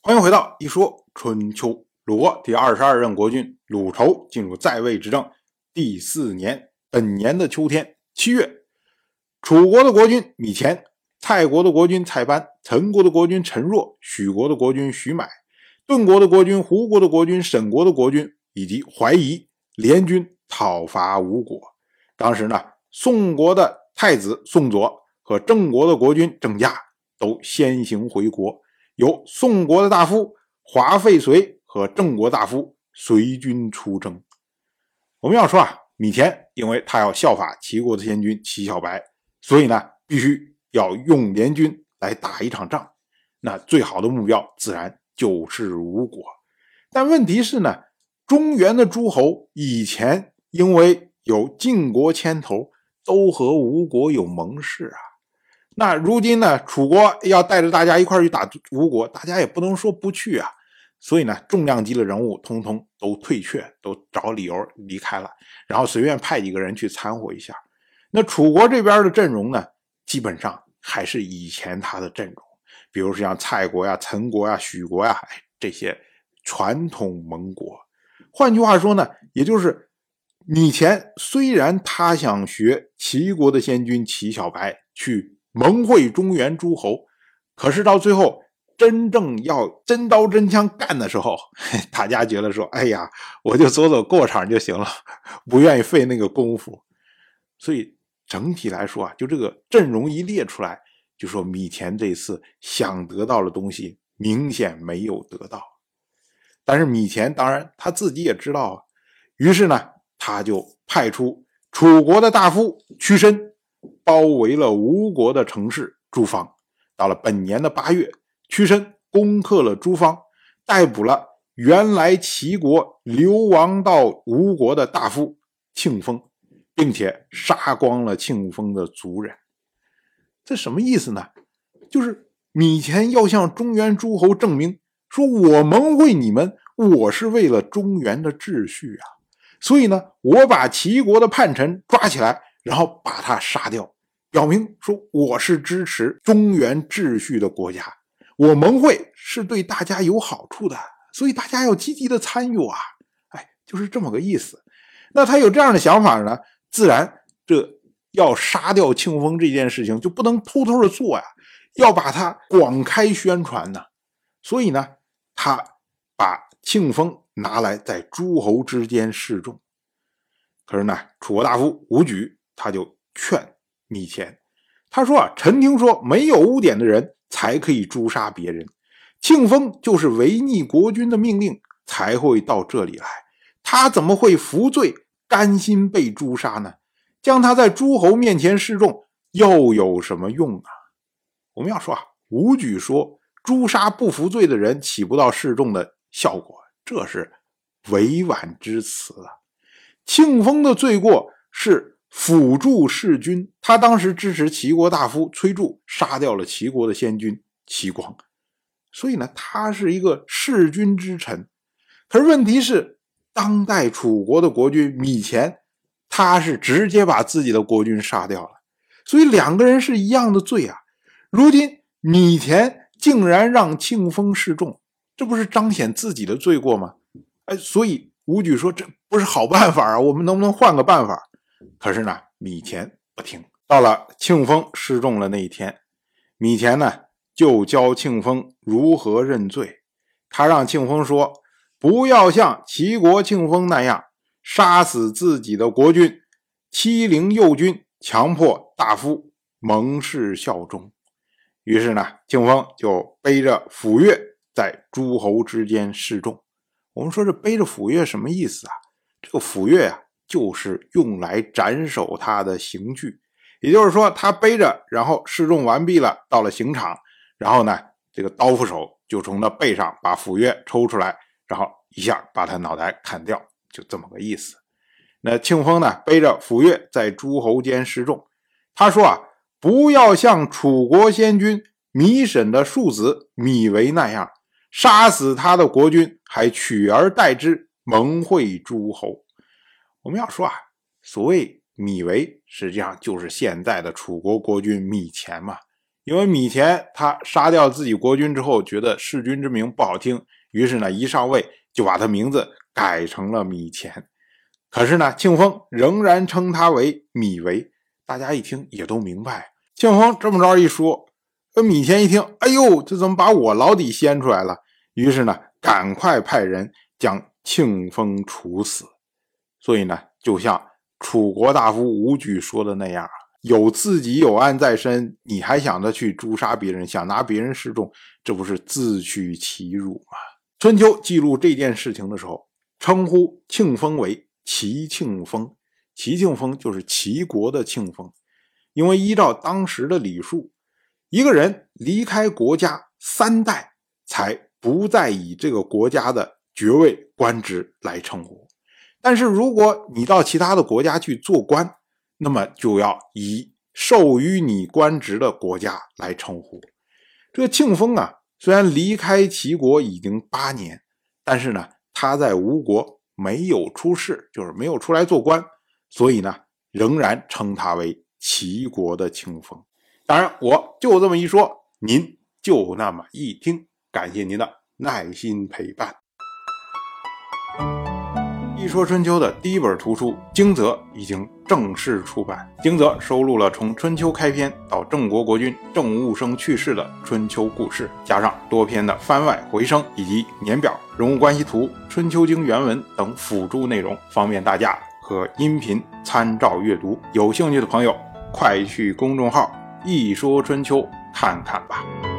欢迎回到一说春秋。鲁国第22任国君鲁仇进入在位执政第4年，本年的秋天7月，楚国的国君芈前，蔡国的国君蔡班，陈国的国君陈若，许国的国君许买，顿国的国君、胡国的国君、沈国的国君以及怀疑联军讨伐吴国。当时呢，宋国的太子宋佐和郑国的国君郑家都先行回国，由宋国的大夫华费绥和郑国大夫随军出征。我们要说芈前因为他要效法齐国的先君齐小白，所以呢必须要用联军来打一场仗，那最好的目标自然就是吴国。但问题是呢，中原的诸侯以前因为有晋国牵头，都和吴国有盟誓那如今呢，楚国要带着大家一块去打吴国，大家也不能说不去所以呢，重量级的人物通通都退却，都找理由离开了，然后随便派几个人去掺和一下。那楚国这边的阵容呢，基本上还是以前他的阵容，比如像蔡国陈国许国这些传统盟国。换句话说呢，也就是芈前虽然他想学齐国的先君齐小白去盟会中原诸侯，可是到最后真正要真刀真枪干的时候，大家觉得说哎呀，我就走走过场就行了，不愿意费那个功夫。所以整体来说就这个阵容一列出来，就说芈前这次想得到的东西明显没有得到。但是芈前当然他自己也知道于是呢他就派出楚国的大夫屈申，包围了吴国的城市诸方。到了本年的8月，屈申攻克了诸方，逮捕了原来齐国流亡到吴国的大夫庆丰，并且杀光了庆丰的族人。这什么意思呢？就是芈前要向中原诸侯证明说，我盟会你们，我是为了中原的秩序所以呢，我把齐国的叛臣抓起来，然后把他杀掉，表明说我是支持中原秩序的国家，我盟会是对大家有好处的，所以大家要积极的参与就是这么个意思。那他有这样的想法呢，自然这要杀掉庆丰这件事情就不能偷偷的做要把它广开宣传所以呢，他把庆丰拿来在诸侯之间示众。可是呢，楚国大夫伍举他就劝芈前，他说臣听说没有污点的人才可以诛杀别人，庆丰就是违逆国君的命令才会到这里来，他怎么会服罪甘心被诛杀呢？将他在诸侯面前示众又有什么用我们要说伍举说诛杀不服罪的人起不到示众的效果，这是委婉之词庆丰的罪过是辅助弑君，他当时支持齐国大夫崔杼杀掉了齐国的先君齐光，所以呢，他是一个弑君之臣。可是问题是，当代楚国的国君芈前，他是直接把自己的国君杀掉了，所以两个人是一样的罪如今芈前竟然让庆丰示众，这不是彰显自己的罪过吗？所以伍举说这不是好办法我们能不能换个办法？可是呢，芈前不听。到了庆丰示众了那一天，芈前呢就教庆丰如何认罪。他让庆丰说，不要像齐国庆丰那样杀死自己的国君，欺凌幼君，强迫大夫盟誓效忠。于是呢，庆丰就背着斧钺在诸侯之间示众。我们说这背着斧钺什么意思这个斧钺就是用来斩首他的刑具，也就是说他背着，然后示众完毕了，到了刑场，然后呢，这个刀斧手就从他背上把斧钺抽出来，然后一下把他脑袋砍掉，就这么个意思。那庆丰呢，背着斧钺在诸侯间示众，他说不要像楚国先君芈沈的庶子芈为那样，杀死他的国君，还取而代之，盟会诸侯。我们要说所谓芈为实际上就是现在的楚国国君芈前嘛， 因为米田他杀掉自己国君之后，觉得弑君之名不好听，于是呢一上位就把他名字改成了米田。可是呢庆丰仍然称他为米维，大家一听也都明白。庆丰这么着一说，米田一听，哎呦，这怎么把我老底掀出来了？于是呢赶快派人将庆丰处死。所以呢就像楚国大夫武举说的那样，有自己有案在身，你还想着去诛杀别人，想拿别人示众，这不是自取其辱吗？春秋记录这件事情的时候，称呼庆丰为齐庆丰。齐庆丰就是齐国的庆丰。因为依照当时的礼数，一个人离开国家3代才不再以这个国家的爵位官职来称呼。但是如果你到其他的国家去做官，那么就要以授予你官职的国家来称呼。这个庆丰啊，虽然离开齐国已经8年，但是呢他在吴国没有出仕，就是没有出来做官，所以呢仍然称他为齐国的庆丰。当然我就这么一说，您就那么一听，感谢您的耐心陪伴。一说春秋的第一本图书《惊泽》已经正式出版。《惊泽》收录了从春秋开篇到郑国国君郑务生去世的春秋故事，加上多篇的番外回声以及年表、人物关系图、春秋经原文等辅助内容，方便大家和音频参照阅读。有兴趣的朋友快去公众号一说春秋看看吧。